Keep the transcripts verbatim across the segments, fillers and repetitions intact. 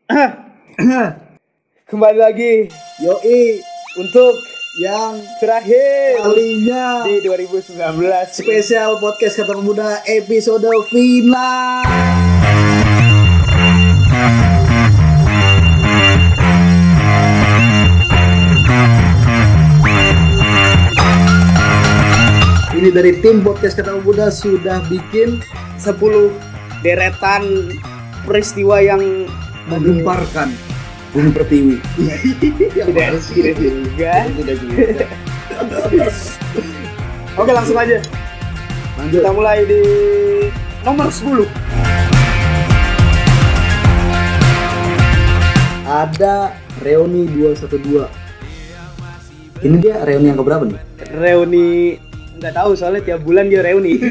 Kembali lagi Yoi untuk yang terakhir kalinya di dua ribu sembilan belas spesial podcast Kata Pemuda episode final. Ini dari tim podcast Kata Pemuda sudah bikin sepuluh deretan peristiwa yang menggemparkan bumi pertiwi. tidak tidak juga. Tidak juga. Oke, langsung aja. Lanjut. Kita mulai di nomor sepuluh. Ada reuni dua satu dua. Ini dia reuni yang keberapa nih? Reuni nggak tahu, soalnya tiap bulan dia reuni.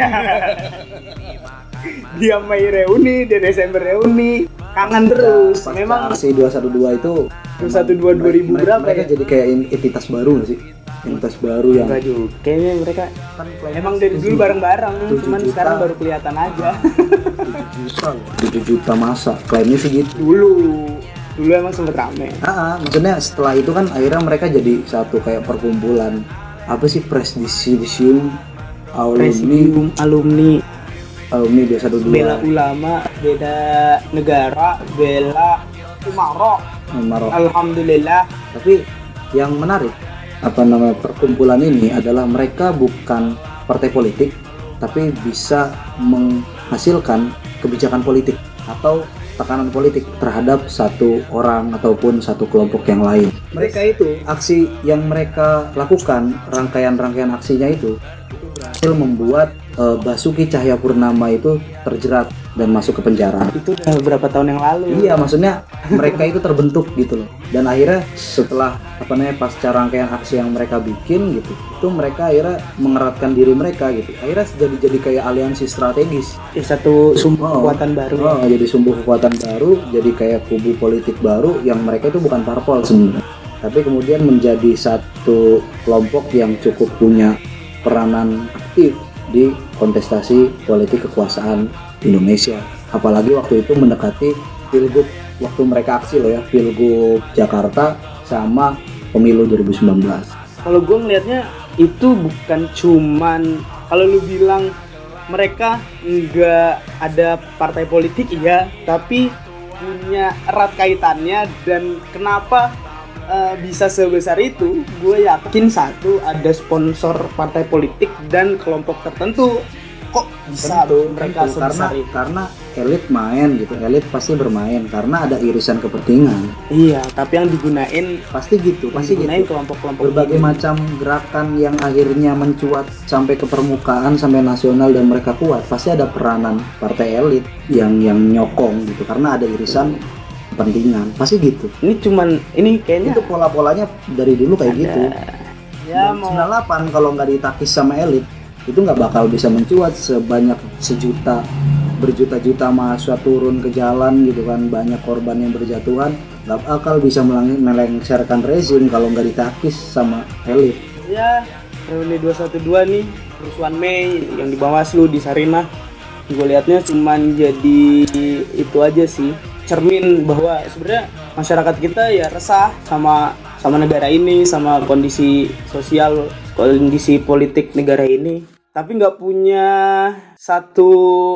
Dia Mei reuni, dia Desember reuni, kangen terus. Nah, memang aksi dua satu dua itu dua satu dua dua ribu mereka, berapa mereka ya? jadi kayak entitas baru nggak sih? Entitas baru yang Enggak juga. Kayaknya mereka kan emang dari dulu bareng-bareng, tujuh cuman juta. sekarang baru kelihatan aja. tujuh juta tujuh juta masa klaimnya sih gitu. Dulu, dulu emang sempet rame. Ah, maksudnya setelah itu kan akhirnya mereka jadi satu kayak perkumpulan apa sih presidium alumni Presidium alumni alumni dua satu dua bela ulama, beda negara, bela umaro. Marok. Alhamdulillah. Tapi yang menarik apa namanya perkumpulan ini adalah mereka bukan partai politik tapi bisa menghasilkan kebijakan politik atau tekanan politik terhadap satu orang ataupun satu kelompok yang lain. Mereka itu aksi yang mereka lakukan, rangkaian-rangkaian aksinya itu itu berhasil membuat uh, Basuki Cahayapurnama itu terjerat dan masuk ke penjara. Itu udah beberapa tahun yang lalu. Iya, maksudnya mereka itu terbentuk gitu loh. Dan akhirnya setelah apa namanya pasca rangkaian aksi yang mereka bikin gitu, itu mereka akhirnya mengeratkan diri mereka gitu. Akhirnya jadi jadi kayak aliansi strategis. Ya, satu sumber Oh, kekuatan baru. Oh, jadi sumber kekuatan baru, jadi kayak kubu politik baru yang mereka itu bukan parpol sebenarnya. Tapi kemudian menjadi satu kelompok yang cukup punya peranan aktif di kontestasi politik kekuasaan Indonesia. Apalagi waktu itu mendekati pilgub, waktu mereka aksi loh ya, pilgub Jakarta sama pemilu dua ribu sembilan belas. Kalau gue ngelihatnya itu bukan cuman kalau lu bilang mereka nggak ada partai politik, iya, tapi punya erat kaitannya. Dan kenapa uh, bisa sebesar itu? Gue yakin satu, ada sponsor partai politik dan kelompok tertentu. Kok bisa Tentu, mereka tentu. sebesar karena itu? karena elit main gitu, elit pasti bermain karena ada irisan kepentingan. Iya, tapi yang digunain Pasti gitu, pasti digunain gitu. kelompok-kelompok Berbagai ini. macam gerakan yang akhirnya mencuat sampai ke permukaan, sampai nasional dan mereka kuat, pasti ada peranan partai elit yang yang nyokong gitu karena ada irisan kepentingan. Pasti gitu. Ini cuman ini kayaknya Itu pola-polanya dari dulu kayak ada. gitu. Ya Dan mau sembilan puluh delapan kalau nggak ditakis sama elit itu nggak bakal bisa mencuat sebanyak sejuta berjuta-juta mahasiswa turun ke jalan gitu kan, banyak korban yang berjatuhan, nggak bakal bisa melang- melengsarkan rezim kalau nggak ditakis sama elit. ya reuni dua satu dua nih, kerusuhan Mei yang di Bawaslu di Sarinah, gue liatnya cuman jadi itu aja sih, cermin bahwa sebenarnya masyarakat kita ya resah sama sama negara ini, sama kondisi sosial, kondisi politik negara ini, tapi nggak punya satu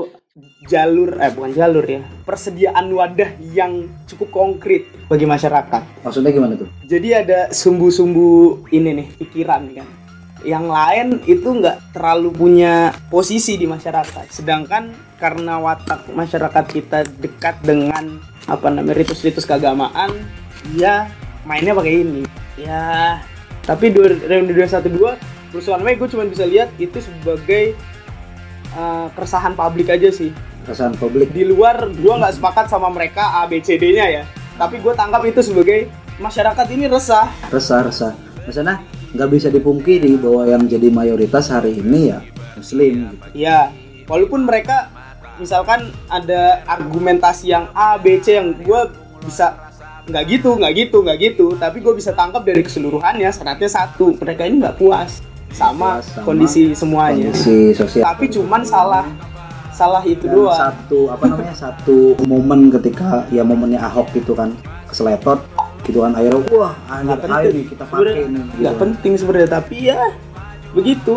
jalur, eh bukan jalur ya, persediaan wadah yang cukup konkret bagi masyarakat. Maksudnya gimana tuh? Jadi ada sumbu-sumbu ini nih, pikiran kan. Yang lain itu nggak terlalu punya posisi di masyarakat. Sedangkan karena watak masyarakat kita dekat dengan apa namanya ritus-ritus keagamaan, ya mainnya pakai ini. Ya, tapi reuni dua satu dua kerusuhan Mei gue cuma bisa lihat itu sebagai uh, keresahan publik aja sih. Keresahan publik. Di luar gue nggak sepakat sama mereka A B C D-nya ya. Tapi gue tangkap itu sebagai masyarakat ini resah. Resah, resah. Maksudnya nggak bisa dipungkiri bahwa yang jadi mayoritas hari ini ya Muslim. Gitu. Ya, walaupun mereka misalkan ada argumentasi yang A, B, C yang gue bisa nggak gitu, nggak gitu, nggak gitu, tapi gue bisa tangkap dari keseluruhannya, syaratnya satu, mereka ini nggak puas sama, Puas sama kondisi semuanya. Kondisi sosial. Tapi cuman salah salah itu Dan doang. satu apa namanya satu momen ketika ya momennya Ahok gitu kan keseletot gitu kan akhirnya wah akhir air nih kita pakai nih gitu nggak kan. penting sebenarnya, tapi ya begitu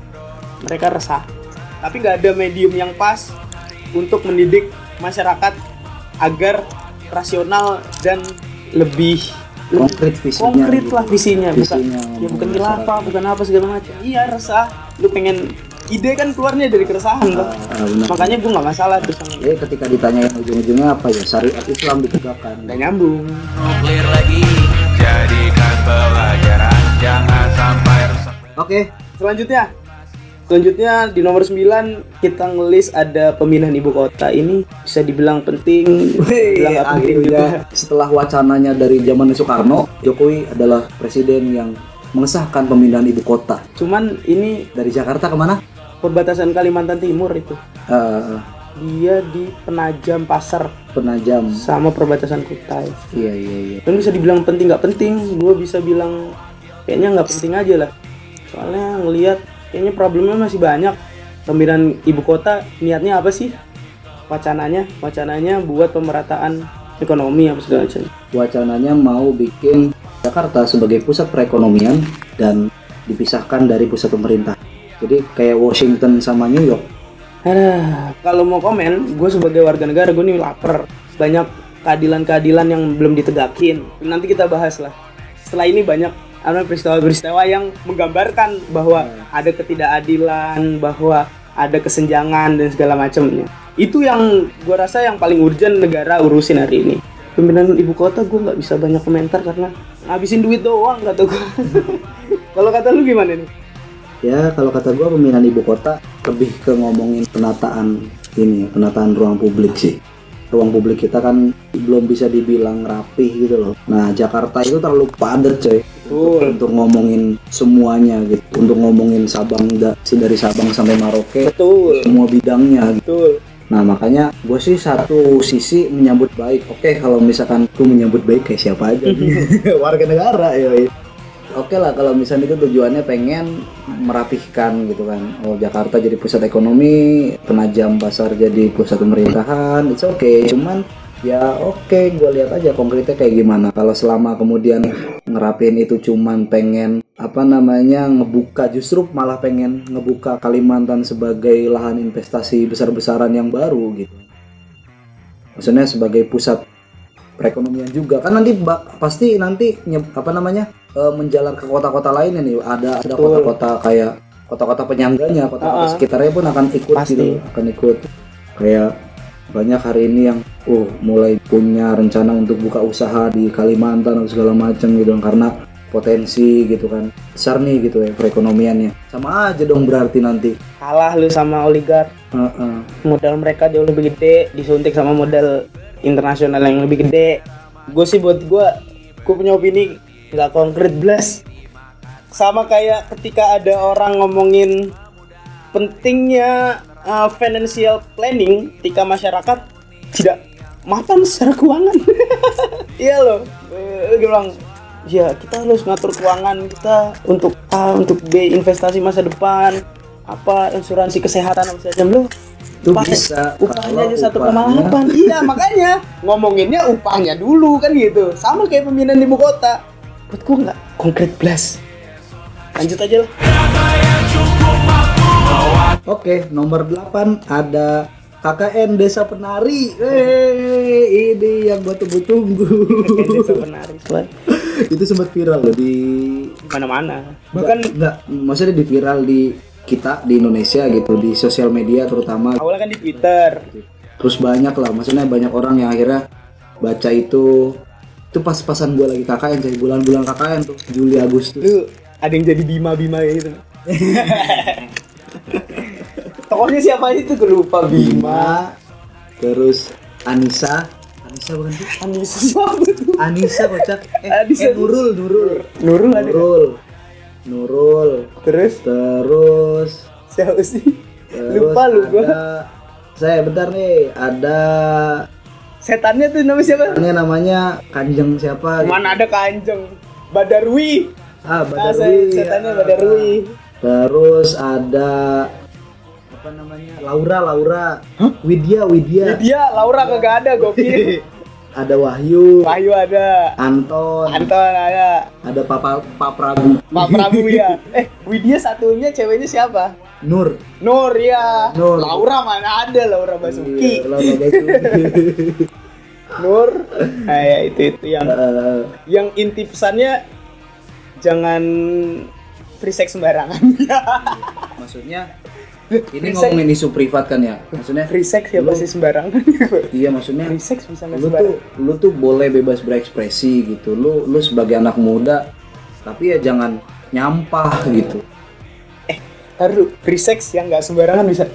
mereka resah, tapi nggak ada medium yang pas untuk mendidik masyarakat agar rasional dan lebih konkret visinya konkret gitu. lah visinya, bukan Visinya ya bukan masyarakat. khilafah, bukan apa segala macam. Iya resah, lu pengen ide kan keluarnya dari keresahan loh. Ah, benar. Makanya gue nggak masalah tuh sama Jadi ketika ditanyain ujung-ujungnya apa ya syariat Islam ditegakkan. nggak nyambung. Nuklir lagi, jadikan pelajaran, jangan sampai rusak. Oke, Selanjutnya, selanjutnya di nomor sembilan kita ngelis ada pemindahan ibu kota. Ini bisa dibilang penting, dibilang nggak penting juga. akhirnya setelah wacananya dari zaman Soekarno, Jokowi adalah presiden yang mengesahkan pemindahan ibu kota Cuman ini dari Jakarta kemana? perbatasan Kalimantan Timur itu. Uh, Dia di Penajam Pasar Penajam. sama perbatasan Kutai. Iya iya iya. Kan bisa dibilang penting nggak penting, gue bisa bilang kayaknya nggak penting aja lah. Soalnya ngelihat kayaknya problemnya masih banyak. Pemindahan ibu kota niatnya apa sih? Wacananya, wacananya buat pemerataan ekonomi apa segala macam. Wacananya mau bikin Jakarta sebagai pusat perekonomian dan dipisahkan dari pusat pemerintah. Jadi kayak Washington sama New York. Aduh, kalau mau komen, gue sebagai warga negara gue nih lapar. Banyak keadilan-keadilan yang belum ditegakin. Nanti kita bahas lah. Setelah ini banyak ada peristiwa-peristiwa yang menggambarkan bahwa ada ketidakadilan, bahwa ada kesenjangan dan segala macamnya. Itu yang gue rasa yang paling urgent negara urusin hari ini. Pemindahan ibu kota gue nggak bisa banyak komentar karena ngabisin duit doang kata gue. Kalau kata lu gimana nih? Ya kalau kata gua pemindahan ibu kota lebih ke ngomongin penataan ini, penataan ruang publik sih. Ruang publik kita kan belum bisa dibilang rapih gitu loh. Nah Jakarta itu terlalu padat coy. Betul. Untuk ngomongin semuanya gitu, untuk ngomongin Sabang da, dari Sabang sampai Merauke, Betul. semua bidangnya gitu. Betul. Nah makanya gue sih satu sisi menyambut baik. Oke kalau misalkan gue menyambut baik kayak siapa aja warga negara ya. Oke lah kalau misalnya itu tujuannya pengen merapihkan gitu kan. Oh Jakarta jadi pusat ekonomi, Penajam Pasar jadi pusat pemerintahan, it's okay. Cuman ya oke gue lihat aja konkretnya kayak gimana. Kalau selama kemudian ngerapiin itu cuman pengen apa namanya ngebuka, justru malah pengen ngebuka Kalimantan sebagai lahan investasi besar-besaran yang baru gitu. Maksudnya sebagai pusat perekonomian juga kan nanti bak, pasti nanti nye, apa namanya e, menjalar ke kota-kota lainnya nih, ada ada kota-kota kayak kota-kota penyangganya, kota-kota uh-uh. sekitarnya pun akan ikut Pasti. gitu, akan ikut. Kayak banyak hari ini yang oh mulai punya rencana untuk buka usaha di Kalimantan atau segala macam gitu karena potensi gitu kan besar nih gitu ya perekonomiannya. Sama aja dong berarti nanti Kalah lu sama oligark. uh-uh. Modal mereka jauh lebih gede, disuntik sama modal internasional yang lebih gede. Gue sih buat gue, gue punya opini nggak konkret blas. Sama kayak ketika ada orang ngomongin pentingnya uh, financial planning ketika masyarakat tidak mapan secara keuangan. Iya loh, uh, gue bilang ya kita harus ngatur keuangan kita untuk A, untuk B, investasi masa depan, apa asuransi kesehatan apa saja lo. Itu bisa upahnya aja satu koma upahnya- delapan. Iya makanya ngomonginnya upahnya dulu kan gitu. Sama kayak pemindahan ibu kota. Buat gue nggak konkret blas. Lanjut aja lah. Oke, nomor delapan ada K K N Desa Penari. Hei, ini yang gua tunggu-tunggu. Desa Penari, Sobat. Itu sempat viral loh di Mana-mana. bahkan Bahkan enggak, maksudnya di viral di kita di Indonesia gitu, di sosial media terutama. awalnya kan di Twitter. Terus banyak lah, maksudnya banyak orang yang akhirnya baca itu. Itu pas-pasan gua lagi K K N, jadi bulan-bulan K K N tuh, Juli Agustus. Lu ada yang jadi Bima-Bima gitu. Tokohnya siapa aja tuh gue lupa. Bima. Bima, terus Anissa, Anissa bukan sih? Anissa siapa tuh? Anissa kocak. Eh, Anissa. eh Nurul, Nurul. Nurul ada. Nurul. Nurul. Terus Terus siapa sih? terus Lupa lu gua. ada, saya bentar nih, ada Setannya tuh namanya siapa? ini namanya Kanjeng siapa? gitu. Mana ada Kanjeng? Badarwi. Ah, Nah, Badarwi. setannya Ah, Badarwi. Terus ada apa apa namanya? Laura, Laura. Hah? Widya, Widya. Widya, Laura kagak ada, gokil. Ada Wahyu. Wahyu ada. Anton. Anton ada. Ada Papa Pak Prabu. Pak Prabu ya. Eh, Widya satunya ceweknya siapa? Nur. Nur ya. Nur. Laura mana ada, Laura Basuki. Iya, Laura Basuki. Nur. Nah, ya itu itu yang uh, yang inti pesannya jangan free sex sembarangan. Maksudnya ini ngomongin isu privat kan ya, maksudnya free sex ya pasti sembarangan. Iya maksudnya free sex bisa nggak lu sembarangan. tuh lu tuh boleh bebas berekspresi gitu, lu lu sebagai anak muda, tapi ya jangan nyampah gitu. Eh, taruh free sex yang nggak sembarangan bisa?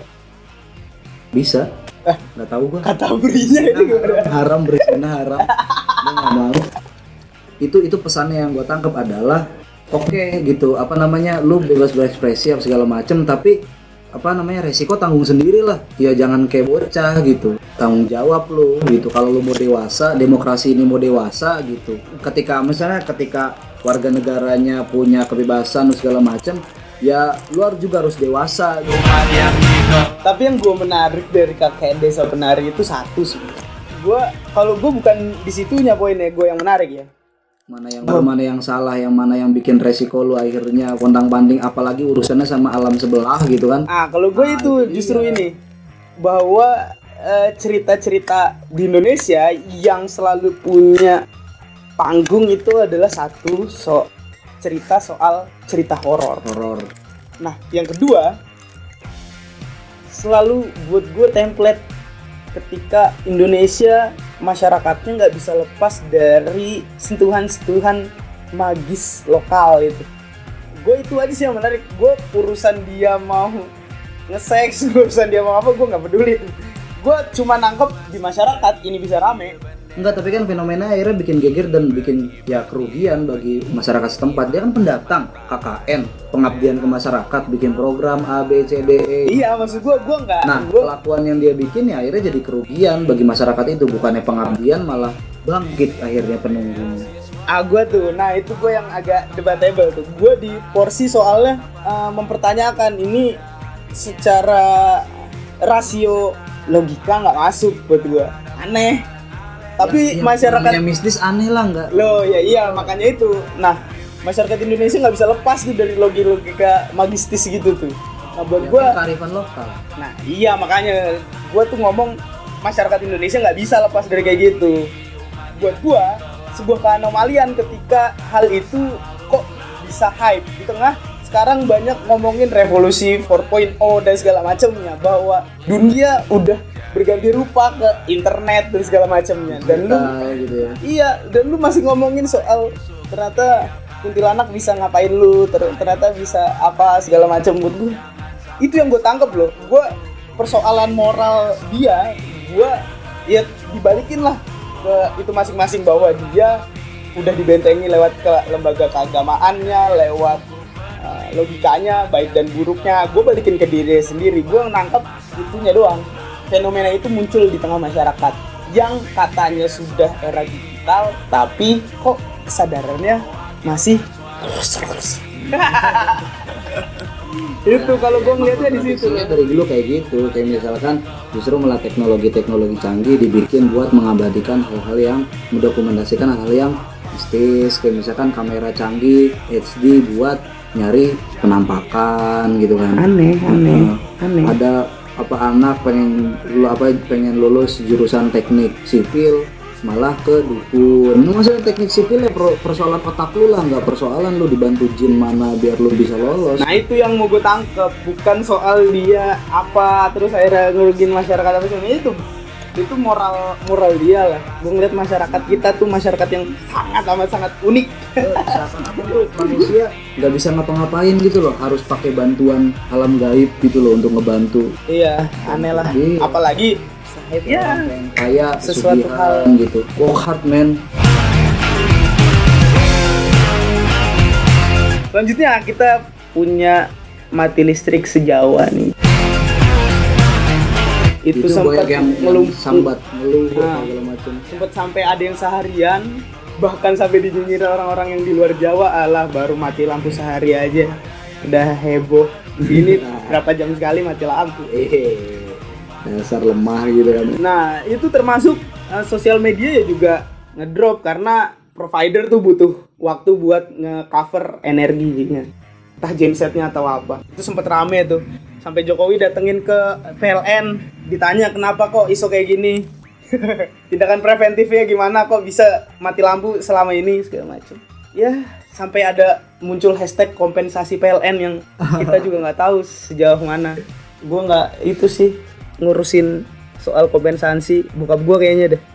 Bisa? Ah, nggak tahu gua. Kata berinya itu gimana? Haram berzina haram. Gua nggak mau. Itu itu pesannya yang gua tangkap adalah oke okay, gitu, apa namanya, lu bebas berekspresi apa segala macem, tapi apa namanya resiko tanggung sendiri lah, ya jangan kayak bocah gitu, tanggung jawab lu gitu. Kalau lu mau dewasa, demokrasi ini mau dewasa gitu, ketika misalnya ketika warga negaranya punya kebebasan segala macam, ya lu harus juga harus dewasa gitu. Tapi yang gue menarik dari kakek desa penari itu satu sih, gue kalau gue bukan di situnya poinnya, gue yang menarik ya, mana yang benar, mana yang salah, yang mana yang bikin resiko lu akhirnya kontang-panting, apalagi urusannya sama alam sebelah gitu kan. Ah, kalau gue nah, itu justru iya. Ini bahwa e, cerita-cerita di Indonesia yang selalu punya panggung itu adalah satu so cerita soal cerita horor. Horor. Nah, yang kedua selalu buat gue template ketika Indonesia masyarakatnya nggak bisa lepas dari sentuhan-sentuhan magis lokal itu. Gue itu aja sih yang menarik. Gue urusan dia mau nge-seks, urusan dia mau apa, gue nggak peduli. Gue cuma nangkep di masyarakat ini bisa rame. Enggak, tapi kan fenomena akhirnya bikin geger dan bikin ya kerugian bagi masyarakat setempat. Dia kan pendatang, K K N, pengabdian ke masyarakat, bikin program A, B, C, D, E. Iya, maksud gue, gue nggak. Nah, gua... kelakuan yang dia bikin ya akhirnya jadi kerugian bagi masyarakat itu. Bukannya pengabdian, malah bangkit akhirnya penunggu. Ah, gue tuh, nah itu gue yang agak debatable tuh. Gue di porsi soalnya uh, mempertanyakan ini secara rasio logika nggak masuk buat gue. Aneh. Tapi ya, masyarakat mistis aneh lah nggak? Loh ya iya makanya itu. Nah masyarakat Indonesia nggak bisa lepas tuh dari logika magistis gitu tuh. Nah buat ya, gue kearifan lokal. Nah iya makanya gue tuh ngomong masyarakat Indonesia nggak bisa lepas dari kayak gitu. Buat gue sebuah keanomalian ketika hal itu kok bisa hype di tengah sekarang banyak ngomongin revolusi empat titik nol dan segala macamnya, bahwa dunia udah berganti rupa ke internet dan segala macamnya, dan lu gitu ya. Iya, dan lu masih ngomongin soal ternyata kuntilanak bisa ngapain lu, ter- ternyata bisa apa segala macam. Buat gue itu yang gue tangkep loh. Gue persoalan moral dia, gue ya dibalikin lah ke itu masing-masing, bahwa dia udah dibentengi lewat ke lembaga keagamaannya, lewat uh, logikanya baik dan buruknya. Gue balikin ke diri sendiri, gue nangkep itunya doang. Fenomena itu muncul di tengah masyarakat yang katanya sudah era digital, tapi kok kesadarannya masih itu kalau gue ngeliatnya di situ. Dari dulu kayak gitu, kayak misalkan justru malah teknologi-teknologi canggih dibikin buat mengabadikan hal-hal yang mendokumentasikan hal-hal yang mistis, kayak misalkan kamera canggih H D buat nyari penampakan gitu kan. Aneh, aneh, nah, aneh. Ada apa anak pengen lu apa pengen lulus jurusan teknik sipil malah ke dukun. Nah, masalah teknik sipil ya persoalan otak lu lah, nggak persoalan lu dibantu jin mana biar lu bisa lolos. Nah itu yang mau gue tangkep, bukan soal dia apa terus akhirnya ngerugiin masyarakat apa sih. Itu itu moral moral dia lah. Gue ngeliat masyarakat kita tuh masyarakat yang sangat amat sangat unik. Seakan-akan tuh manusia nggak bisa ngapa-ngapain gitu loh, harus pakai bantuan alam gaib gitu loh untuk ngebantu. Iya, aneh lah. Jadi, apalagi ya kayak sesuatu hal gitu. Work hard man. Selanjutnya kita punya mati listrik sejawa nih. Itu, itu sempat yang ngeluh, sambat ngeluh nah, segala macam. Sempat sampai ada yang seharian, bahkan sampai dinyinyirin orang-orang yang di luar Jawa, alah baru mati lampu sehari aja udah heboh ini berapa jam sekali mati lampu. Eh, dasar lemah gitu kan. Nah itu termasuk uh, sosial media ya juga ngedrop karena provider tuh butuh waktu buat nge-cover energinya, entah gensetnya atau apa. Itu sempet rame tuh, sampai Jokowi datengin ke P L N, ditanya kenapa kok iso kayak gini. Tindakan preventifnya gimana kok bisa mati lampu selama ini segala macam. Ya sampai ada muncul hashtag kompensasi P L N yang kita juga nggak tahu sejauh mana. Gue nggak itu sih ngurusin soal kompensasi, bokap gue kayaknya deh.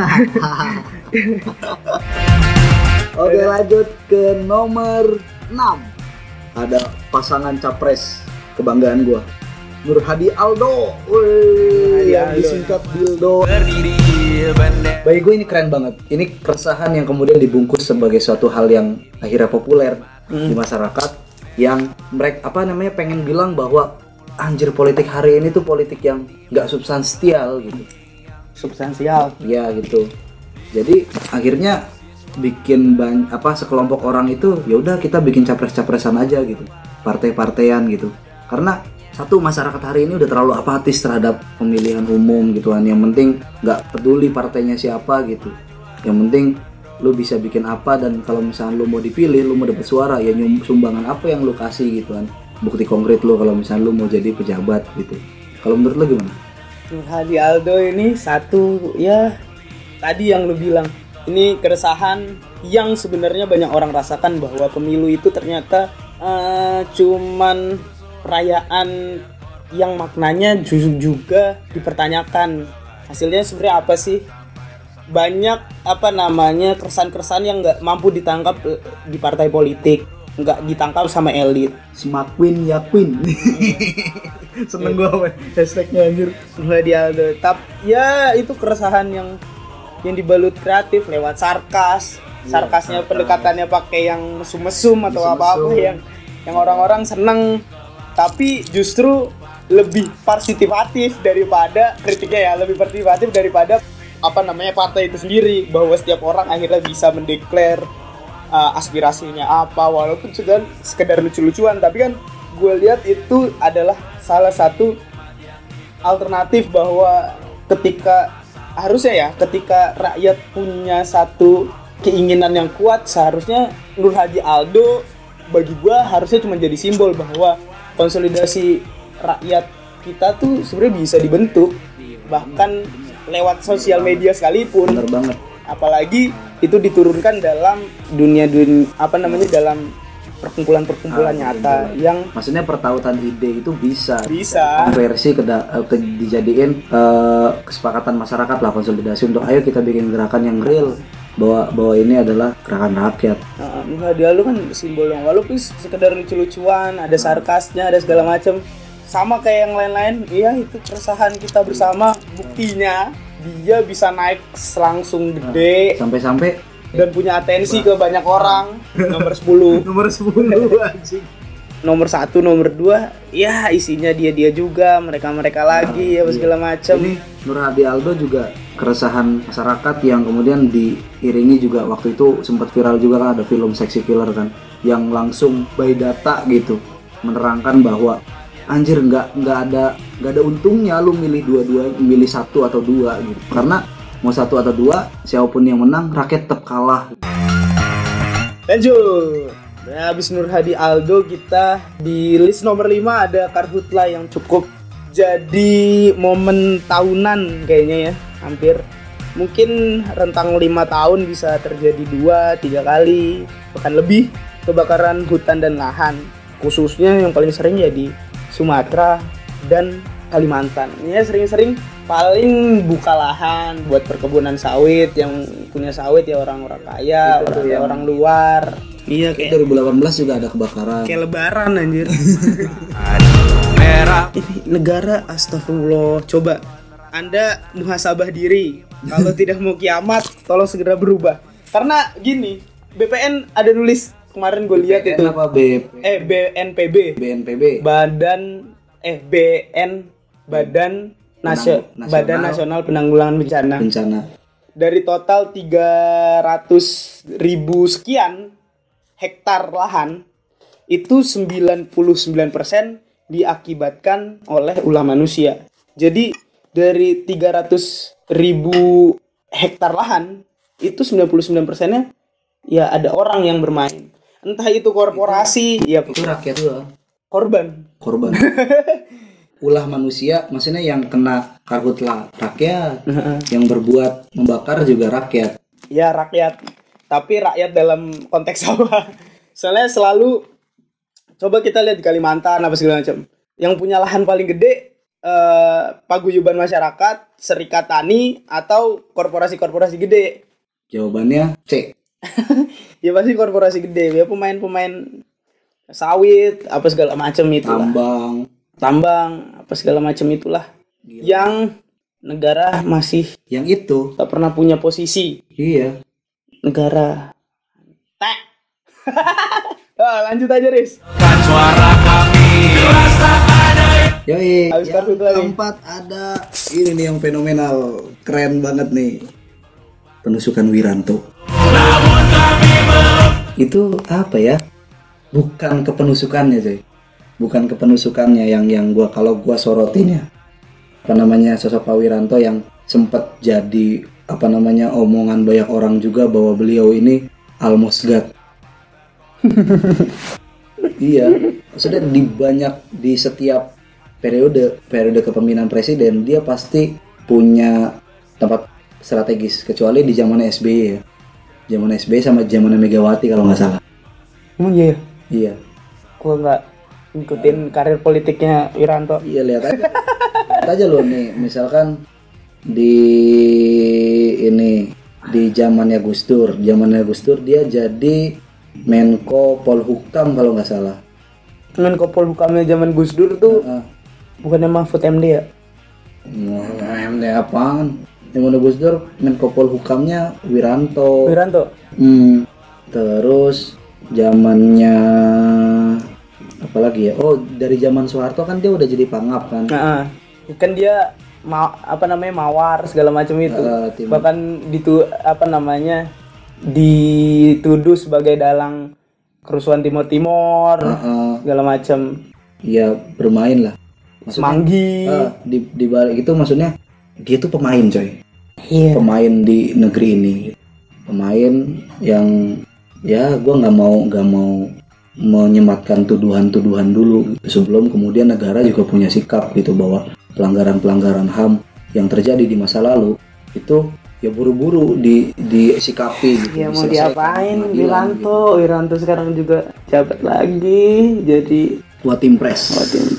Oke, lanjut ke nomor enam. Ada pasangan capres kebanggaan gua, Nur Hadi Aldo. Wih, yang disingkat Dildo. Berdiri bendera. Bagi gue ini keren banget. Ini keresahan yang kemudian dibungkus sebagai suatu hal yang akhirnya populer hmm. di masyarakat, yang mereka apa namanya pengen bilang bahwa anjir politik hari ini tuh politik yang nggak substansial gitu. Substansial. Ya gitu. Jadi akhirnya bikin banyak apa sekelompok orang itu ya udah kita bikin capres-capresan aja gitu, partai-partaian gitu. Karena satu, masyarakat hari ini udah terlalu apatis terhadap pemilihan umum gitu kan. Yang penting nggak peduli partainya siapa gitu. Yang penting lu bisa bikin apa, dan kalau misalnya lu mau dipilih, lu mau dapat suara, ya nyum, sumbangan apa yang lu kasih gitu kan. Bukti konkret lu kalau misalnya lu mau jadi pejabat gitu. Kalau menurut lu gimana? Nur Hadi Aldo ini satu ya tadi yang lu bilang. Ini keresahan yang sebenarnya banyak orang rasakan bahwa pemilu itu ternyata uh, cuman perayaan yang maknanya juga dipertanyakan. Hasilnya sebenarnya apa sih? Banyak apa namanya keresahan-keresahan yang nggak mampu ditangkap di partai politik, nggak ditangkap sama elit. Semakwin ya queen. Seneng gua hashtagnya anjir. Nur Hadi Aldo. Tapi ya itu keresahan yang yang dibalut kreatif lewat sarkas. Sarkasnya, sarkas. Pendekatannya pakai yang mesum-mesum atau mesum-mesum. Apa-apa yang yang orang-orang seneng, tapi justru lebih partisipatif daripada kritiknya ya, lebih partisipatif daripada apa namanya partai itu sendiri, bahwa setiap orang akhirnya bisa mendeklar uh, aspirasinya apa, walaupun sudah sekedar lucu-lucuan, tapi kan gue lihat itu adalah salah satu alternatif bahwa ketika harusnya ya ketika rakyat punya satu keinginan yang kuat, seharusnya Nur Hadi Aldo bagi gua harusnya cuma jadi simbol bahwa konsolidasi rakyat kita tuh sebenarnya bisa dibentuk bahkan lewat sosial media sekalipun. Bener banget. Apalagi itu diturunkan dalam dunia dunia apa namanya dalam perkumpulan-perkumpulan ah, nyata bener. Yang maksudnya pertautan ide itu bisa bisa konversi ke, ke dijadiin uh, kesepakatan masyarakat lah, konsolidasi untuk ayo kita bikin gerakan yang real bahwa bahwa ini adalah gerakan rakyat. Nah, Nur Hadi Aldo kan simbol yang walaupun sekedar lucu-lucuan, ada sarkasnya, ada segala macam, sama kayak yang lain-lain. Iya, itu keresahan kita bersama. Buktinya dia bisa naik langsung gede, nah, sampai-sampai dan punya atensi ke banyak orang. Nomor sepuluh nomor sepuluh anjing. Nomor satu, nomor dua, ya isinya dia-dia juga, mereka-mereka lagi, nah, ya segala iya. macam. Ini Nur Hadi Aldo juga keresahan masyarakat yang kemudian diiringi juga waktu itu sempat viral juga kan, ada film Sexy Killer kan, yang langsung by data gitu menerangkan bahwa anjir nggak nggak ada nggak ada untungnya lu milih dua-dua, milih satu atau dua gitu, karena mau satu atau dua, siapapun yang menang, rakyat tetap kalah. Lanjut. Nah, habis Nur Hadi Aldo, kita di list nomor lima ada Karhutla yang cukup jadi momen tahunan kayaknya ya. Hampir mungkin rentang lima tahun bisa terjadi dua, tiga kali, bahkan lebih kebakaran hutan dan lahan. Khususnya yang paling sering ya di Sumatera dan Kalimantan. Ini ya sering-sering paling buka lahan buat perkebunan sawit, yang punya sawit ya orang-orang kaya, orang ya orang luar. Iya kayak dua ribu delapan belas juga ada kebakaran. Kayak lebaran anjir. Merah. Ini negara astagfirullah. Coba Anda muhasabah diri. Kalau tidak mau kiamat, tolong segera berubah. Karena gini, B P N ada nulis kemarin gue lihat itu. Apa B? Eh B N P B. B N P B. Badan eh B N Badan Nasio- Nasional. Badan Nasional Penanggulangan Bencana. Bencana. Dari total tiga ratus ribu sekian hektar lahan, itu sembilan puluh sembilan persen diakibatkan oleh ulah manusia. Jadi dari tiga ratus ribu hektar lahan itu sembilan puluh sembilan persennya ya ada orang yang bermain. Entah itu korporasi, itu, ya itu rakyat juga. Korban. Korban. Ulah manusia, maksudnya yang kena karhutlah rakyat, yang berbuat membakar juga rakyat. Ya rakyat, tapi rakyat dalam konteks apa? Soalnya selalu coba kita lihat di Kalimantan apa segala macam. Yang punya lahan paling gede eh, paguyuban masyarakat, serikat tani atau korporasi-korporasi gede. Jawabannya C. Ya pasti korporasi gede, ya pemain-pemain sawit apa segala macam itu. Tambang, tambang apa segala macam itulah. Gila. Yang negara masih yang itu tak pernah punya posisi. Iya. Negara. Tak. Oh, lanjut aja, Riz. Kan suara kami jelas tak ada. Yoi. Habis Yang kartu lagi. keempat ada ini nih yang fenomenal, keren banget nih. Penusukan Wiranto. Namun kami belum. Itu apa ya? Bukan kepenusukannya, coy. Bukan kepenusukannya yang yang gua kalau gua sorotin ya. Apa namanya sosok Pak Wiranto yang sempat jadi apa namanya omongan banyak orang juga bahwa beliau ini almost God. Iya, maksudnya di banyak di setiap periode periode kepemimpinan presiden dia pasti punya tempat strategis, kecuali di zaman S B Y ya. Zaman S B Y sama zaman Megawati kalau nggak salah. Emang iya? Iya. Gua nggak ngikutin uh, karir politiknya Wiranto. Iya, lihat aja. Lihat aja loh nih, misalkan di ini di zamannya Gus Dur, zamannya Gus Dur dia jadi Menko Polhukam kalau nggak salah. Menko Polhukamnya zaman Gus Dur tuh Uh, bukannya Mahfud M D ya? Nah, M D apaan? Zaman Gus Dur Menko Polhukamnya Wiranto. Wiranto. Hmm. Terus zamannya apalagi ya? Oh, dari zaman Soeharto kan dia udah jadi pangap kan. Nah, kan dia ma- apa namanya mawar segala macam itu. Uh, Bahkan ditu apa namanya dituduh sebagai dalang kerusuhan Timor Timor uh, uh, segala macam. Ya bermain lah. Semanggi. Uh, di di balik itu maksudnya dia tuh pemain, coy. Iya. Pemain di negeri ini. Pemain yang ya gue nggak mau nggak mau menyematkan tuduhan-tuduhan dulu sebelum kemudian negara juga punya sikap gitu bahwa pelanggaran-pelanggaran H A M yang terjadi di masa lalu itu ya buru-buru di disikapi gitu. Ya mau diapain Wiranto? Gitu. Wiranto sekarang juga jabat lagi jadi Ketua Tim Pres.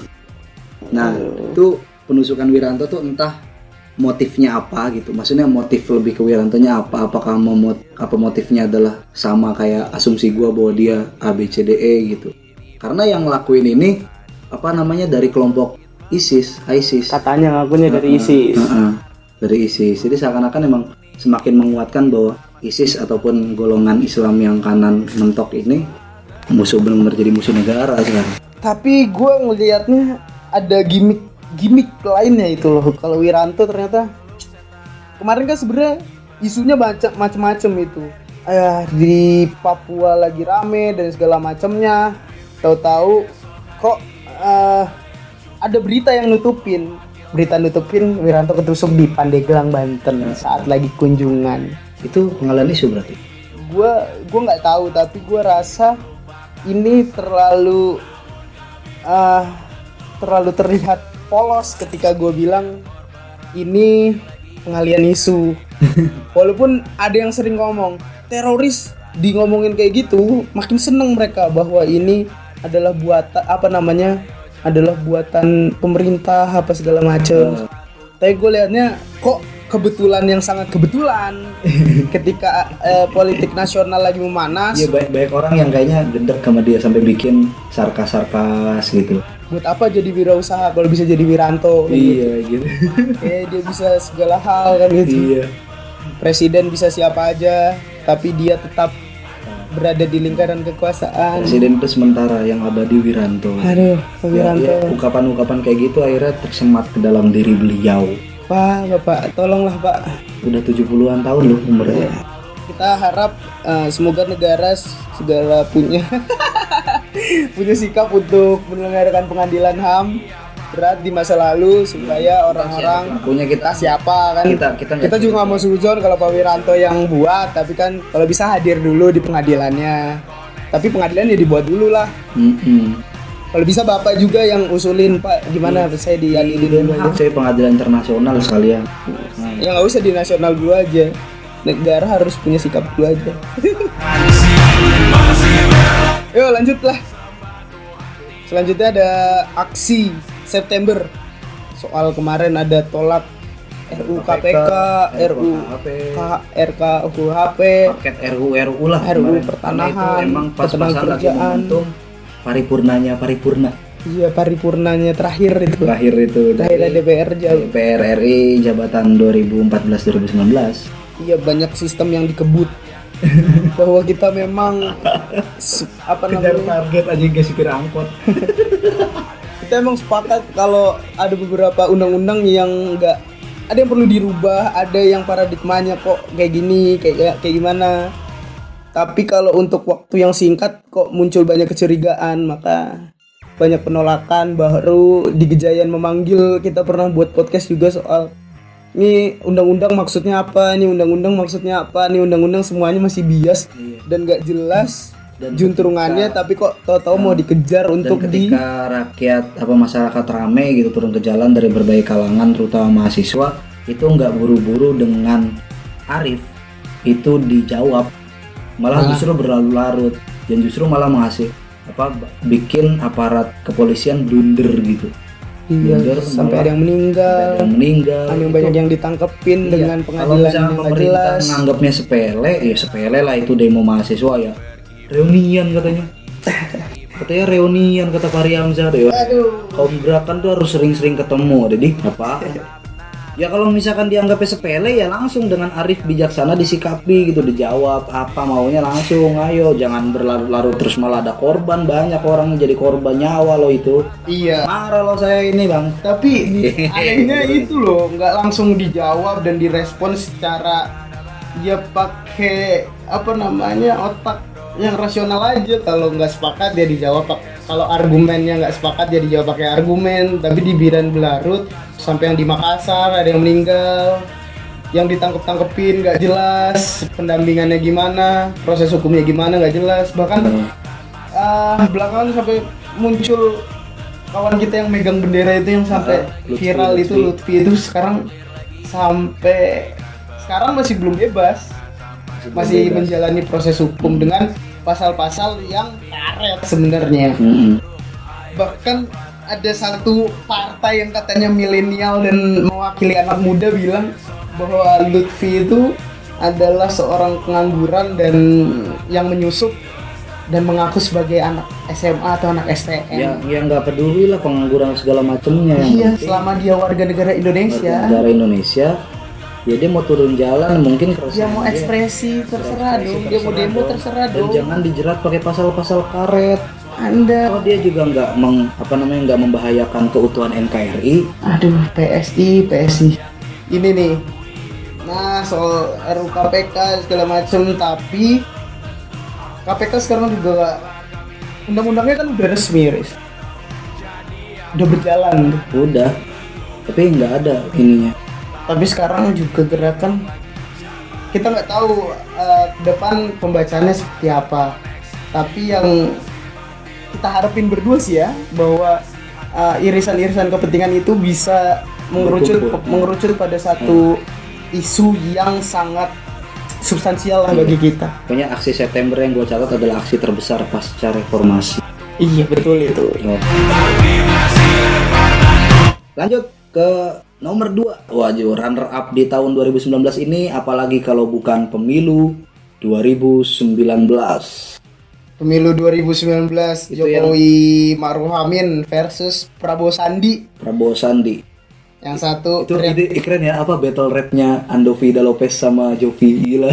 Nah, Aduh. itu penusukan Wiranto tuh entah motifnya apa gitu. Maksudnya motif lebih ke Wirantonya apa? Apakah memot apa motifnya adalah sama kayak asumsi gua bahwa dia A B C D E gitu. Karena yang ngelakuin ini apa namanya dari kelompok ISIS, ISIS. Katanya ngakunya dari uh-uh, ISIS. Uh-uh, dari ISIS. Jadi seakan-akan emang semakin menguatkan bahwa ISIS ataupun golongan Islam yang kanan mentok ini musuh benar-benar jadi musuh negara sekarang. Tapi gue ngelihatnya ada gimmick gimmick lainnya itu loh. Kalau Wiranto ternyata kemarin kan sebenarnya isunya banyak macam-macam itu. Eh, di Papua lagi rame dan segala macamnya. Tahu-tahu kok eh, ada berita yang nutupin. Berita nutupin Wiranto ketusuk di Pandeglang, Banten saat lagi kunjungan. Itu pengalian isu berarti? Gue gue nggak tahu, tapi gue rasa ini terlalu uh, terlalu terlihat polos ketika gue bilang ini pengalian isu. Walaupun ada yang sering ngomong teroris, di ngomongin kayak gitu makin seneng mereka bahwa ini adalah buatan apa namanya adalah buatan pemerintah apa segala macam. Uh. Tapi gue liatnya kok kebetulan yang sangat kebetulan ketika eh, politik nasional lagi memanas. Iya, banyak, banyak orang yang kayaknya gendek sama dia sampai bikin sarkas-sarkas gitu. Buat apa jadi wirausaha kalau bisa jadi Wiranto? Iya gitu. Eh dia bisa segala hal kan gitu. Iya. Presiden bisa siapa aja, tapi dia tetap berada di lingkaran kekuasaan. Presiden itu sementara, yang abadi Wiranto. Aduh, Pak Wiranto. Ya, ya, ungkapan-ungkapan kayak gitu akhirnya tersemat ke dalam diri beliau. Pak, Bapak, tolonglah Pak. Udah tujuh puluhan tahun loh umurnya. Kita harap uh, semoga negara segala punya punya sikap untuk menyelenggarakan pengadilan H A M berat di masa lalu supaya orang-orang punya kita siapa kan kita kita, kita juga nggak mau suzon kalau Pak Wiranto yang buat, tapi kan kalau bisa hadir dulu di pengadilannya, tapi pengadilannya dibuat dulu lah. Mm-hmm. Kalau bisa Bapak juga yang usulin, Pak, gimana saya diadili dulu aja. Saya pengadilan internasional sekalian. Nah, Ya nggak usah di nasional dulu aja. Negara harus punya sikap dulu aja. Yuk lanjutlah. Selanjutnya ada aksi September. Soal kemarin ada tolak R U K P K, R U K R K U H P, paket R U R U lah. R U kemarin. pertanahan, Karena itu emang pas-pasan lagi momentum paripurnanya paripurna. Iya, paripurnanya terakhir itu. Terakhir itu Terakhir dari D P R jam. D P R R I jabatan dua ribu empat belas dua ribu sembilan belas. Iya, banyak sistem yang dikebut. Bahwa kita memang su- apa namanya? target aja gak supir angkot. Kita emang sepakat kalau ada beberapa undang-undang yang enggak, ada yang perlu dirubah, ada yang paradigmanya kok kayak gini, kayak kayak gimana. Tapi kalau untuk waktu yang singkat kok muncul banyak kecurigaan, maka banyak penolakan. Baru di Gejayan memanggil, kita pernah buat podcast juga soal ini undang-undang maksudnya apa, ini undang-undang maksudnya apa, ini undang-undang semuanya masih bias dan gak jelas Dan juntrungannya, ketika, tapi kok tahu-tahu mau dikejar dan untuk di ketika rakyat apa masyarakat rame gitu turun ke jalan dari berbagai kalangan terutama mahasiswa, itu nggak buru-buru dengan arif itu dijawab, malah Nah. justru berlarut-larut dan justru malah menghasil apa bikin aparat kepolisian blunder gitu. iya, Blunder, sampai malah ada yang meninggal, ada yang meninggal ada yang itu. banyak yang ditangkepin Iya, dengan kalau pengadilan misalnya yang nggak pemerintah jelas. nganggapnya sepele, ya sepele lah itu demo mahasiswa ya. Reunian katanya. Katanya reunian kata Fahri Hamzah. Aduh. Kaum gerakan tuh harus sering-sering ketemu, jadi apa? Ya kalau misalkan dianggapnya sepele ya langsung dengan arif bijaksana disikapi gitu, dijawab apa maunya langsung, ayo jangan berlarut-larut terus malah ada korban, banyak orang yang jadi korban nyawa lo itu. Iya. Marah lo saya ini bang. Tapi anehnya itu loh, nggak langsung dijawab dan direspon secara ya pakai apa namanya otak yang rasional aja. Kalau nggak sepakat dia dijawab, kalau argumennya nggak sepakat dia dijawab pakai argumen. Tapi dibiarin berlarut sampai yang di Makassar ada yang meninggal, yang ditangkep-tangkepin nggak jelas, pendampingannya gimana, proses hukumnya gimana nggak jelas. Bahkan uh, belakangan sampai muncul kawan kita yang megang bendera itu yang sampai Ah, Lutfi, viral itu Lutfi. Lutfi itu sekarang sampai sekarang masih belum bebas, masih bebas. menjalani proses hukum dengan pasal-pasal yang karet sebenarnya. Mm-mm. Bahkan ada satu partai yang katanya milenial dan mewakili anak muda bilang bahwa Lutfi itu adalah seorang pengangguran dan yang menyusup dan mengaku sebagai anak S M A atau anak S T M. Ya, yang nggak peduli lah pengangguran segala macamnya. Iya, selama dia warga negara Indonesia, negara Indonesia, ya dia mau turun jalan mungkin dia keresahan mau ekspresi terserah dong, dia mau terserah demo dong. terserah Dan dong. jangan dijerat pakai pasal-pasal karet. Anda, Oh dia juga nggak meng, apa namanya nggak membahayakan keutuhan N K R I. aduh, P S I, P S I. Ini nih. Nah, soal R U K P K segala macam, tapi K P K sekarang juga undang-undangnya kan udah resmi, Riz. Udah berjalan. Udah, tapi nggak ada ininya. Tapi sekarang juga gerakan kita nggak tahu uh, ke depan pembacaannya seperti apa. Tapi yang kita harapin berdua sih ya, bahwa uh, irisan-irisan kepentingan itu bisa mengerucut Berkumpul. mengerucut pada satu isu yang sangat substansial lah bagi kita. Pokoknya aksi September yang gue catat adalah aksi terbesar pasca reformasi. Iya, betul itu. Oh. Lanjut ke nomor dua. Waduh, runner up di tahun dua ribu sembilan belas ini apalagi kalau bukan pemilu dua ribu sembilan belas. Pemilu dua ribu sembilan belas, Itu Jokowi Ma'ruf Amin versus Prabowo Sandi. Prabowo Sandi. Yang satu Itu teriak- ide keren ya, apa battle rapnya Andovida Lopez sama Jovi, gila.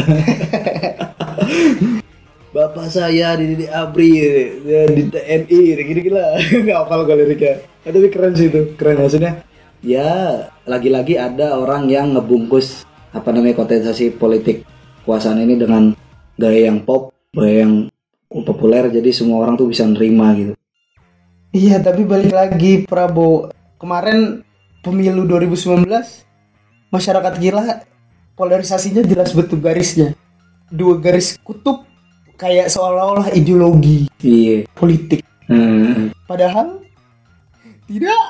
Bapak saya di di Abri ya, di T N I gini gila. Nggak hafal gue liriknya. Eh, tapi keren sih itu, keren maksudnya. Ya, lagi-lagi ada orang yang ngebungkus apa namanya kontestasi politik kekuasaan ini dengan gaya yang pop, gaya yang populer jadi semua orang tuh bisa nerima gitu. Iya, tapi balik lagi Prabowo. Kemarin pemilu dua ribu sembilan belas masyarakat gila polarisasinya jelas betul garisnya. Dua garis kutub kayak seolah-olah ideologi Iya. politik. Hmm. Padahal tidak.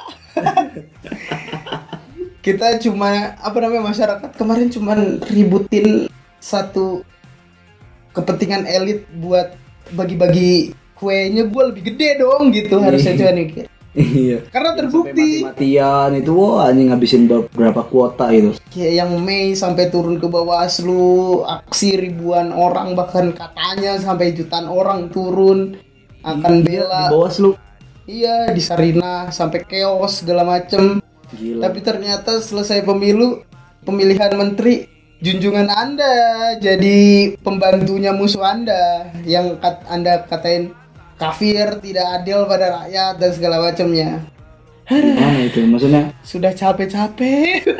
Kita cuma apa namanya masyarakat kemarin cuma ributin satu kepentingan elit buat bagi-bagi kuenya, gue lebih gede dong gitu harusnya cuman mikir. Iya. Karena terbukti Mati-matian itu wah anjing ngabisin berapa kuota itu. kayak yang Mei sampai turun ke Bawaslu, aksi ribuan orang bahkan katanya sampai jutaan orang turun akan bela. Di Bawaslu. Iya, di Sarinah sampai keos segala macem. Gila. Tapi ternyata selesai pemilu, pemilihan menteri, junjungan Anda jadi pembantunya musuh Anda yang kat, Anda katain kafir, tidak adil pada rakyat dan segala macamnya. Gimana itu? Maksudnya Sudah capek-capek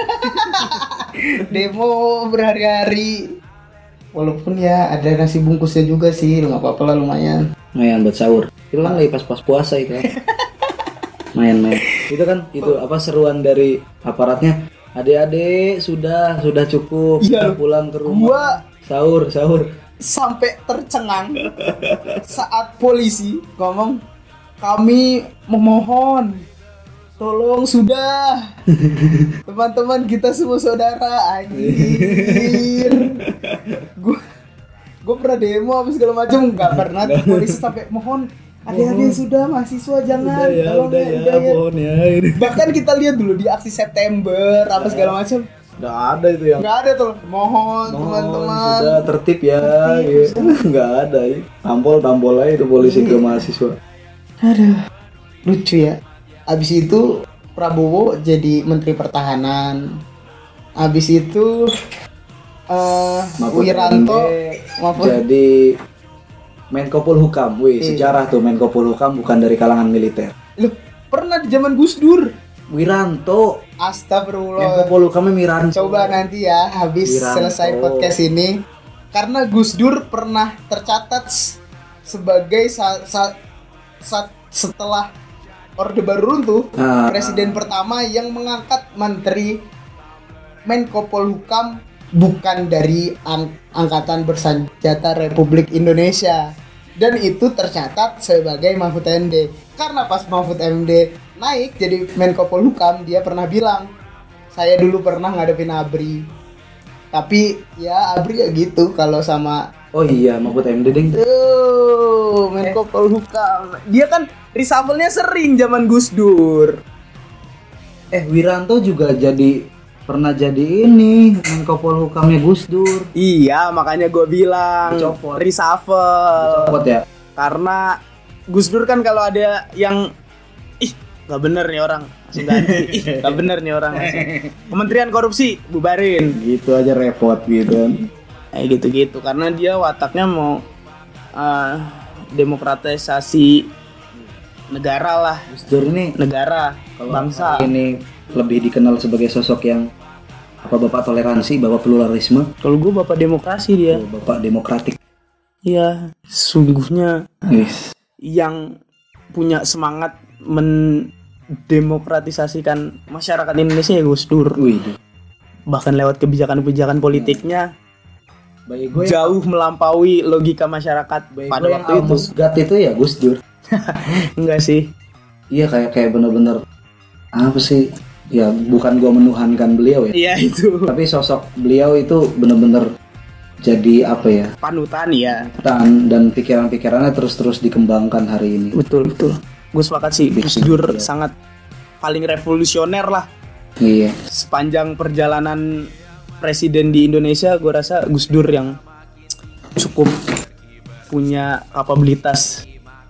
demo berhari-hari. Walaupun ya ada nasi bungkusnya juga sih, nggak apa-apa lah, lumayan. lumayan buat sahur. Itu kan lagi pas-pas puasa itu. Main-main. Itu kan itu apa seruan dari aparatnya. Adik-adik sudah sudah cukup. Iya. Pulang ke rumah. Gua Sahur, sahur. sampai tercengang saat polisi ngomong, kami memohon tolong sudah teman-teman kita semua saudara. Anjir, gue gue pernah demo apa segala macam nggak pernah tuh polisi sampai mohon adik-adik sudah mahasiswa jangan Udah ya, tolong udah ya, ya, udah ya. mohon ya. Bahkan kita lihat dulu di aksi September apa segala macam Nggak ada itu yang nggak ada tuh mohon, mohon, teman-teman sudah tertib ya. Tertib, Gitu. Nggak ada ya. Tampol-tampol aja itu polisi ke mahasiswa. Aduh, lucu ya. Abis itu Prabowo jadi Menteri Pertahanan. Abis itu uh, Mahfud Wiranto, M D Mahfud, jadi Menko Polhukam. Wih, Iya. sejarah tuh Menko Polhukam bukan dari kalangan militer. Loh, pernah di zaman Gus Dur. Wiranto. Menko Astagfirullah. Polhukamnya Wiranto. Coba nanti ya habis Wiranto. selesai podcast ini, karena Gus Dur pernah tercatat s- sebagai sa- sa- sa- setelah Orde Baru runtuh, Ah. presiden pertama yang mengangkat menteri Menko Polhukam bukan dari ang- Angkatan Bersenjata Republik Indonesia, dan itu tercatat sebagai Mahfud M D. Karena pas Mahfud M D naik jadi Menko Polhukam, dia pernah bilang, saya dulu pernah ngadepin ABRI, tapi ya ABRI ya gitu kalau sama Oh iya, Mahfud M D ding. tuh Menko Polhukam. Dia kan reshuffle-nya sering zaman Gus Dur. Eh, Wiranto juga jadi pernah jadi ini Menko Polhukamnya Gus Dur. Iya, makanya gue bilang Dicopot. reshuffle. Copot ya. Karena Gus Dur kan kalau ada yang ih nggak bener nih orang langsung ganti. Ih nggak bener nih orang langsung. Kementerian Korupsi bubarin. Gitu aja repot gitu kan. Kayak gitu-gitu karena dia wataknya mau uh, demokratisasi negara lah, Gus Dur ini negara, kalau bangsa. hari ini lebih dikenal sebagai sosok yang apa bapak toleransi, bapak pluralisme, Kalau gue bapak demokrasi dia. bapak demokratik. Iya, sungguhnya Yes. yang punya semangat mendemokratisasikan masyarakat Indonesia ya Gus Dur. Wih. Bahkan lewat kebijakan-kebijakan politiknya Baik gue jauh melampaui logika masyarakat baik pada gue yang waktu itu. Amos Gat itu ya Gus Dur. Enggak sih. Iya kayak kayak bener-bener apa sih? Ya bukan gua menuhankan beliau ya. Iya itu. Tapi sosok beliau itu bener-bener jadi apa ya? Panutan ya. Dan, dan pikiran-pikirannya terus-terus dikembangkan hari ini. Betul betul. Gue sepakat sih Gus Dur sangat paling revolusioner lah Iya. sepanjang perjalanan presiden di Indonesia. Gue rasa Gus Dur yang cukup punya kapabilitas.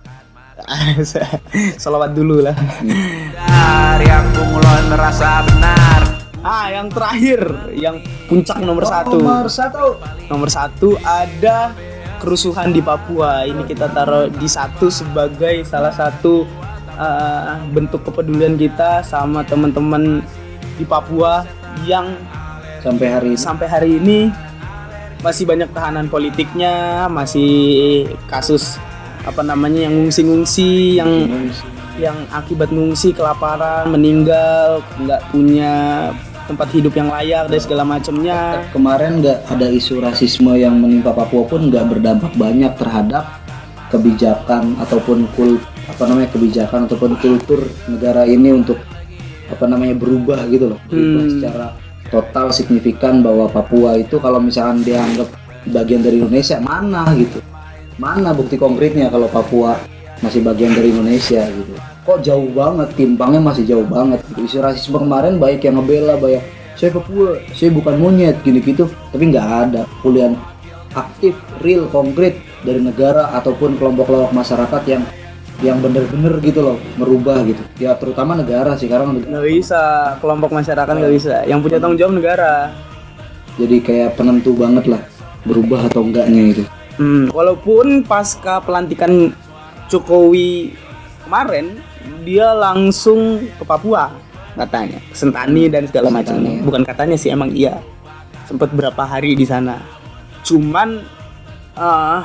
Salawat dulu lah. Dari aku mulai merasa benar. Ah, yang terakhir, yang puncak nomor satu. Nomor satu. Nomor satu ada kerusuhan di Papua. Ini kita taruh di satu sebagai salah satu uh, bentuk kepedulian kita sama teman-teman di Papua yang Sampai hari ini. sampai hari ini masih banyak tahanan politiknya, masih kasus apa namanya yang ngungsi-ngungsi, yang yang akibat ngungsi kelaparan, meninggal, nggak punya tempat hidup yang layak dan segala macamnya. Kemarin nggak ada isu rasisme yang menimpa Papua pun nggak berdampak banyak terhadap kebijakan ataupun kul apa namanya kebijakan ataupun kultur negara ini untuk apa namanya berubah gitu loh, berubah hmm. secara total signifikan bahwa Papua itu kalau misalkan dianggap bagian dari Indonesia, mana gitu, mana bukti konkretnya kalau Papua masih bagian dari Indonesia gitu. Kok jauh banget, timpangnya masih jauh banget gitu. Isu rasisme kemarin baik yang ngebela, banyak saya Papua, saya bukan monyet gitu-gitu, tapi nggak ada kuliah aktif, real, konkret dari negara ataupun kelompok-kelompok masyarakat yang yang bener-bener gitu loh merubah gitu. Ya terutama negara sih, karena nggak bisa, kelompok masyarakat nggak bisa, yang punya tanggung jawab negara. Jadi kayak penentu banget lah berubah atau enggaknya itu. Hmm, walaupun pasca pelantikan Jokowi kemarin dia langsung ke Papua katanya, ke Sentani dan segala macamnya. Bukan katanya sih, emang iya. Sempat berapa hari di sana. Cuman uh,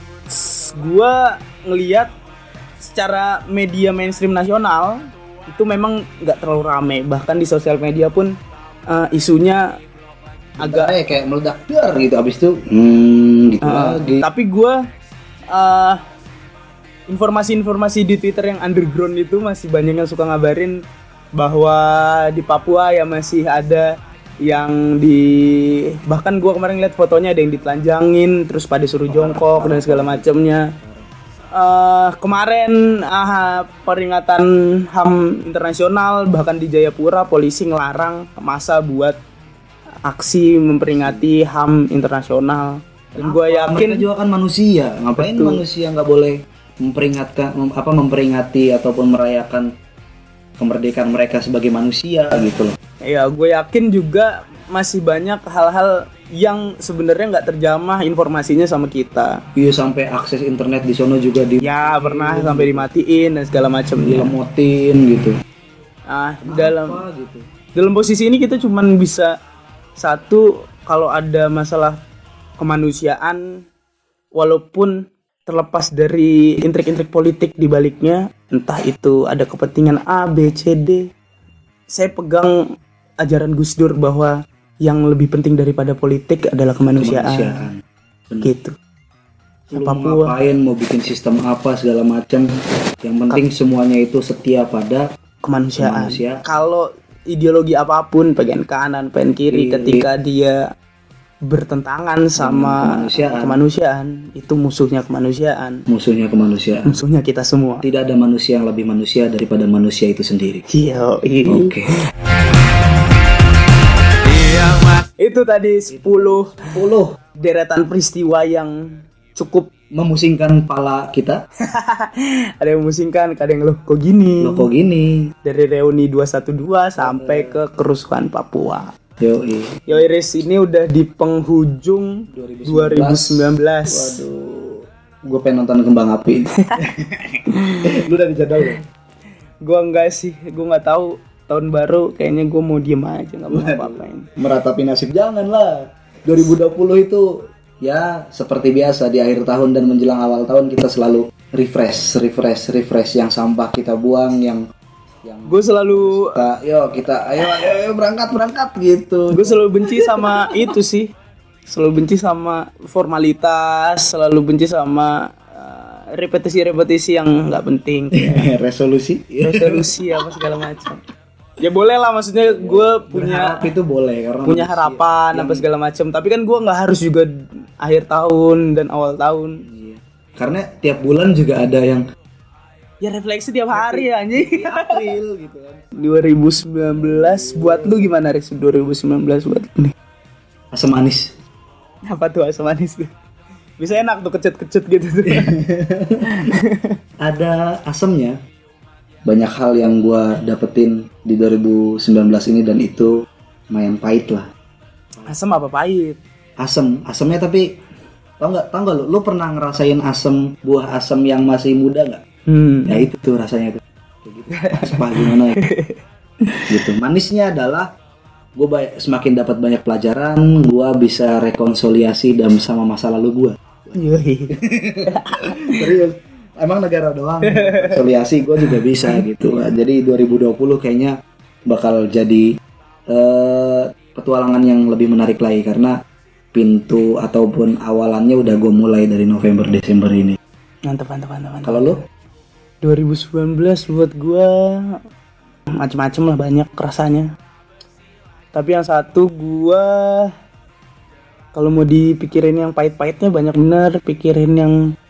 gua ngelihat secara media mainstream nasional itu memang nggak terlalu rame. Bahkan di sosial media pun uh, isunya agak eh, kayak meledak dar gitu, abis itu hmm, gitu uh, lagi. Tapi gue uh, informasi-informasi di Twitter yang underground itu masih banyak yang suka ngabarin bahwa di Papua ya masih ada yang di, bahkan gue kemarin lihat fotonya ada yang ditelanjangin terus pada suruh jongkok dan segala macamnya. Uh, kemarin uh, peringatan H A M internasional, bahkan di Jayapura polisi ngelarang massa buat aksi memperingati H A M internasional. Dan gue yakin mereka juga kan manusia, ngapain betul. Manusia nggak boleh memperingatkan mem, apa memperingati ataupun merayakan kemerdekaan mereka sebagai manusia gitu loh. Iya, gue yakin juga masih banyak hal-hal yang sebenarnya nggak terjamah informasinya sama kita. Iya, sampai akses internet di sono juga di ya pernah sampai dimatiin dan segala macam, dilemotin gitu. Ah, dalam gitu. Dalam posisi ini kita cuman bisa satu, kalau ada masalah kemanusiaan, walaupun terlepas dari intrik-intrik politik di baliknya, entah itu ada kepentingan A, B, C, D, saya pegang ajaran Gus Dur bahwa yang lebih penting daripada politik adalah kemanusiaan, kemanusiaan. Gitu. Lu mau ngapain, mau bikin sistem apa segala macam, yang penting Ke- semuanya itu setia pada kemanusiaan. kemanusiaan. Kalau ideologi apapun, bagian kanan, bagian kiri, Iri. ketika dia bertentangan sama kemanusiaan. kemanusiaan, itu musuhnya kemanusiaan. Musuhnya kemanusiaan. Musuhnya kita semua. Tidak ada manusia yang lebih manusia daripada manusia itu sendiri. Iya. Oke. Okay. Itu tadi sepuluh deretan peristiwa yang cukup memusingkan kepala kita. Ada yang memusingkan, kadang loh kok gini. Loh kok gini. Dari reuni dua satu dua sampai ke kerusuhan Papua. Yoi. Yoi Riz, ini udah di penghujung dua ribu sembilan belas. Waduh. Gue pengen nonton Kembang Api. Lu udah dijadwal ya? Gue enggak sih, gue enggak tahu. Tahun baru kayaknya gue mau diem aja, nggak mau apa-apain. Meratapi nasib jangan lah. dua ribu dua puluh itu ya seperti biasa di akhir tahun dan menjelang awal tahun kita selalu refresh, refresh, refresh. Yang sampah kita buang, yang yang gue selalu kita, yo kita ayo, ayo ayo berangkat berangkat gitu. Gue selalu benci sama itu sih, selalu benci sama formalitas, selalu benci sama uh, repetisi-repetisi yang nggak penting. resolusi, resolusi apa segala macam. Ya boleh lah, maksudnya gue punya berharap itu boleh karena punya harapan yang... apa segala macam, tapi kan gue nggak harus juga akhir tahun dan awal tahun. Iya. Karena tiap bulan juga ada yang ya refleksi tiap hari ya anjing. April gitu kan. dua ribu sembilan belas buat lu gimana Riz? dua ribu sembilan belas buat lu nih. Asam manis. Apa tuh asam manis tuh? Bisa enak tuh, kecut-kecut gitu tuh. Ada asamnya. Banyak hal yang gue dapetin di dua ribu sembilan belas ini dan itu lumayan pahit lah. Asam apa pahit? Asam, asamnya tapi tau nggak, tau nggak lu, lu pernah ngerasain asam, buah asam yang masih muda nggak? Hmm. Ya itu tuh rasanya tuh. Gitu. Aspah gimana ya? Gitu. Manisnya adalah gue ba- semakin dapat banyak pelajaran, gue bisa rekonsiliasi dan sama masa lalu gue. Serius. emang negara doang. Rekonsiliasi gue juga bisa gitu. Jadi dua ribu dua puluh kayaknya bakal jadi uh, petualangan yang lebih menarik lagi karena pintu ataupun awalannya udah gue mulai dari November Desember ini. Mantap, mantap, mantap, mantap. Kalau lu? dua ribu sembilan belas buat gue macem-macem lah, banyak rasanya. Tapi yang satu gue kalau mau dipikirin yang pahit-pahitnya banyak bener, pikirin yang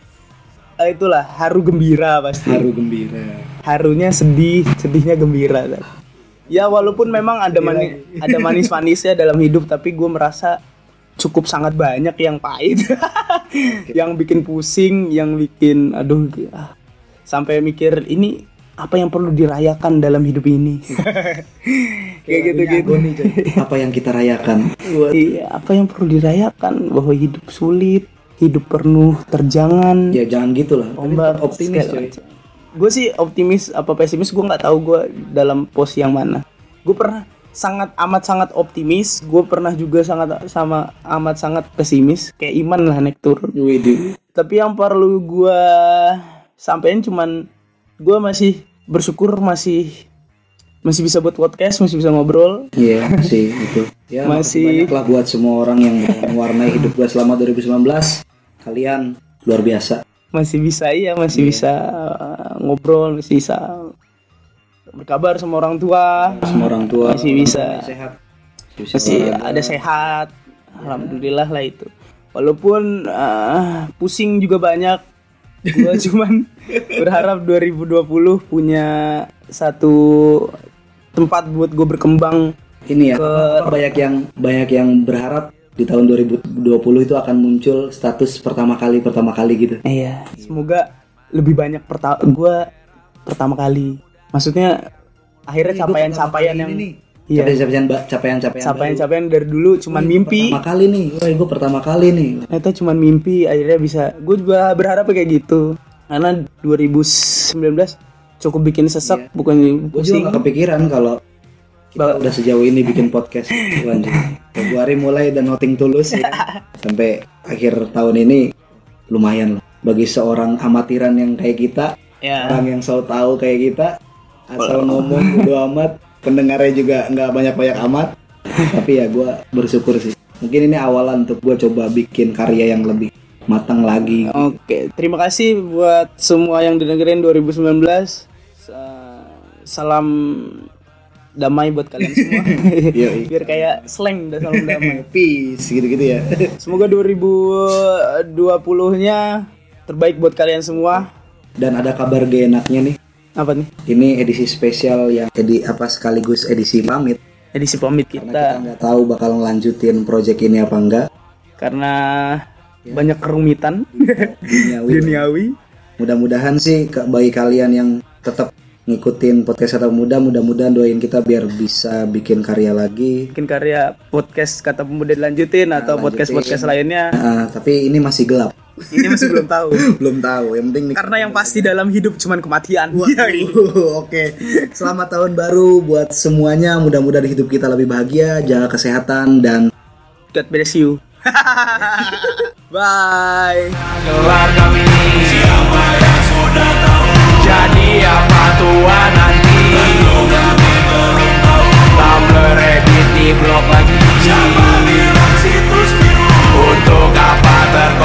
ah, itulah haru gembira pasti. Haru gembira. Harunya sedih, sedihnya gembira kan. Ya walaupun memang ada mani, ada manis-manisnya dalam hidup, tapi gue merasa cukup sangat banyak yang pahit, yang bikin pusing, yang bikin aduh, ah, sampai mikir ini apa yang perlu dirayakan dalam hidup ini. Kayak gitu-gitu. Apa yang kita rayakan? Iya, apa yang perlu dirayakan, bahwa hidup sulit, hidup penuh terjangan. Ya jangan gitulah. Ombak, optimis coy. Gue sih optimis apa pesimis gue nggak tahu, gue dalam pos yang mana. Gue pernah sangat amat sangat optimis, gue pernah juga sangat sama amat sangat pesimis, kayak Iman lah naik turun. Widih. Tapi yang perlu gue sampein cuman gue masih bersyukur masih masih bisa buat podcast, masih bisa ngobrol. Iya yeah, sih itu. Ya masih banyak lah buat semua orang yang mewarnai hidup gue selama dua ribu sembilan belas. Kalian luar biasa. Masih bisa iya, masih yeah. bisa uh, ngobrol, masih bisa berkabar sama orang tua. Sama orang tua. Masih bisa. Sehat. Masih, masih ada sehat. Alhamdulillah lah itu. Walaupun uh, pusing juga banyak. Gue cuman berharap dua ribu dua puluh punya satu tempat buat gue berkembang. Ini ya, ke... banyak yang banyak yang berharap di tahun dua ribu dua puluh itu akan muncul status pertama kali pertama kali gitu. Iya, semoga lebih banyak pertama gue pertama kali. Maksudnya akhirnya capaian-capaian yang ini. Iya. Capaian-capaian capaian-capaian capaian-capaian dari dulu cuman Wih, mimpi. Pertama kali nih, wah gue pertama kali nih. Ternyata cuman mimpi, akhirnya bisa. Gue juga berharap kayak gitu. Karena dua ribu sembilan belas cukup bikin sesek, iya. bukan pusing. Gue juga gak kepikiran kalau kita udah sejauh ini bikin podcast. Februari mulai dan nothing tulus ya. Sampai akhir tahun ini lumayan lah. Bagi seorang amatiran yang kayak kita, ya. Orang yang selalu tahu kayak kita, asal ngomong bodo amat. Pendengarnya juga nggak banyak-banyak amat, tapi ya gue bersyukur sih. Mungkin ini awalan untuk gue coba bikin karya yang lebih matang lagi. Oke, terima kasih buat semua yang dengerin dua ribu sembilan belas. Salam damai buat kalian semua. Biar kayak slang dah, salam damai. Peace gitu-gitu ya. Semoga dua ribu dua puluh-nya terbaik buat kalian semua. Dan ada kabar gak enaknya nih. Apa nih? Ini edisi spesial yang edi apa sekaligus edisi pamit. Edisi pamit kita. Karena kita nggak tahu bakal ngelanjutin project ini apa enggak. Karena ya. Banyak kerumitan duniawi. duniawi. Mudah-mudahan sih bagi kalian yang tetap ngikutin podcast Kata Pemuda, mudah-mudahan doain kita biar bisa bikin karya lagi. Bikin karya podcast Kata Pemuda dilanjutin nah, atau podcast-podcast lainnya. Nah, tapi ini masih gelap. Ini masih belum tahu. Belum tahu. Yang penting karena yang pasti dalam hidup cuman kematian. Oke. Okay. Selamat tahun baru buat semuanya. Mudah-mudahan hidup kita lebih bahagia, jaga kesehatan dan God bless you. Bye. Gelar kami siapa yang sudah tahu. Jadi apa tua nanti. Tumblr edit di blog lagi. Siapa bilang situs biru. Untuk apa terkait